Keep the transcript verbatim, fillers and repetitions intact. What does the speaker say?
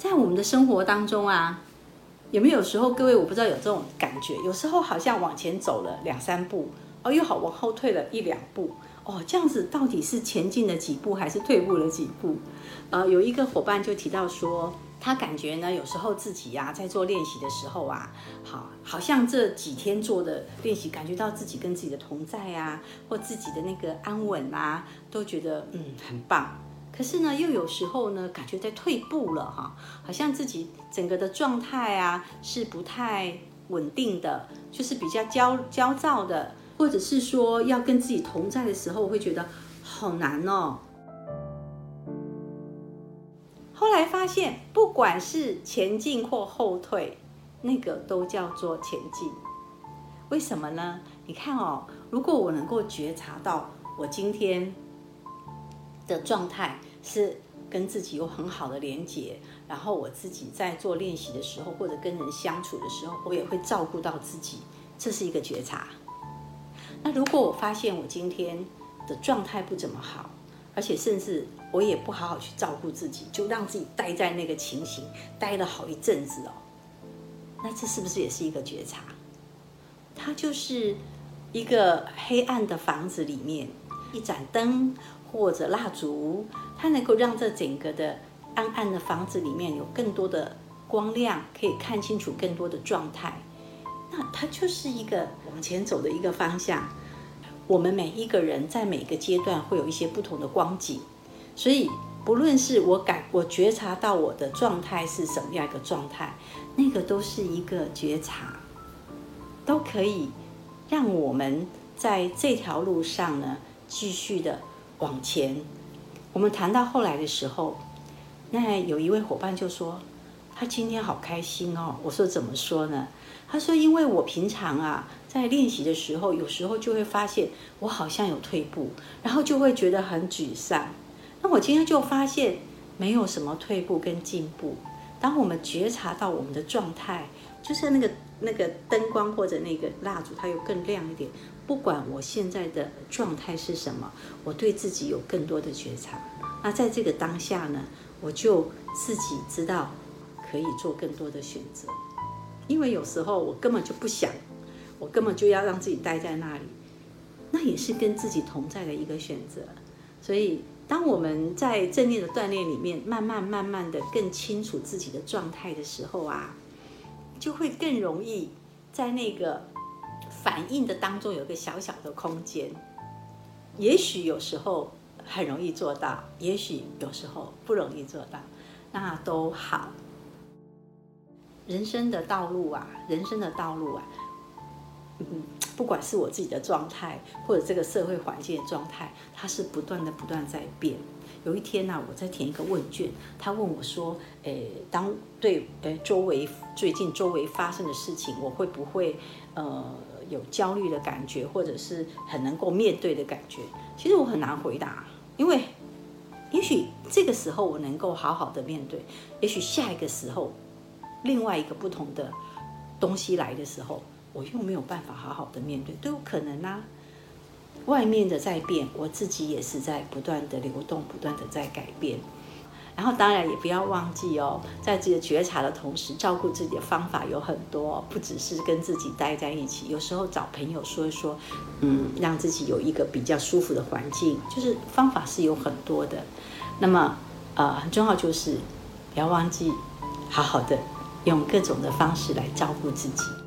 在我们的生活当中啊，有没有时候各位我不知道有这种感觉，有时候好像往前走了两三步，哦，又好往后退了一两步，哦，这样子到底是前进了几步还是退步了几步？呃，有一个伙伴就提到说，他感觉呢，有时候自己啊在做练习的时候啊，好，好像这几天做的练习，感觉到自己跟自己的同在啊，或自己的那个安稳啊，都觉得嗯很棒。可是呢，又有时候呢，感觉在退步了哈，好像自己整个的状态啊是不太稳定的，就是比较焦焦躁的，或者是说要跟自己同在的时候，会觉得好难哦。后来发现，不管是前进或后退，那个都叫做前进。为什么呢？你看哦，如果我能够觉察到我今天的状态是跟自己有很好的连结，然后我自己在做练习的时候，或者跟人相处的时候，我也会照顾到自己，这是一个觉察。那如果我发现我今天的状态不怎么好，而且甚至我也不好好去照顾自己，就让自己待在那个情形待了好一阵子哦，那这是不是也是一个觉察？它就是一个黑暗的房子里面，一盏灯或者蜡烛，它能够让这整个的暗暗的房子里面有更多的光亮，可以看清楚更多的状态。那它就是一个往前走的一个方向。我们每一个人在每个阶段会有一些不同的光景，所以不论是我感我觉察到我的状态是什么样一个状态，那个都是一个觉察，都可以让我们在这条路上呢继续的往前。我们谈到后来的时候，那有一位伙伴就说他今天好开心哦。我说怎么说呢？他说因为我平常啊在练习的时候，有时候就会发现我好像有退步，然后就会觉得很沮丧。那我今天就发现没有什么退步跟进步。当我们觉察到我们的状态，就是那个那个灯光或者那个蜡烛它有更亮一点，不管我现在的状态是什么，我对自己有更多的觉察。那在这个当下呢，我就自己知道可以做更多的选择。因为有时候我根本就不想，我根本就要让自己待在那里，那也是跟自己同在的一个选择。所以当我们在正念的锻炼里面慢慢慢慢的更清楚自己的状态的时候啊，就会更容易在那个反应的当中有个小小的空间。也许有时候很容易做到，也许有时候不容易做到，那都好。人生的道路啊，人生的道路啊，嗯，不管是我自己的状态，或者这个社会环境的状态，它是不断的不断在变。有一天呢、啊，我在填一个问卷，他问我说：“诶，当对诶周围最近周围发生的事情，我会不会呃有焦虑的感觉，或者是很能够面对的感觉？”其实我很难回答，因为也许这个时候我能够好好的面对，也许下一个时候。另外一个不同的东西来的时候，我又没有办法好好的面对，都有可能啊。外面的在变，我自己也是在不断的流动，不断的在改变。然后当然也不要忘记哦，在自己的觉察的同时，照顾自己的方法有很多，不只是跟自己待在一起，有时候找朋友说一说，嗯，让自己有一个比较舒服的环境，就是方法是有很多的。那么呃，很重要就是不要忘记好好的用各种的方式来照顾自己。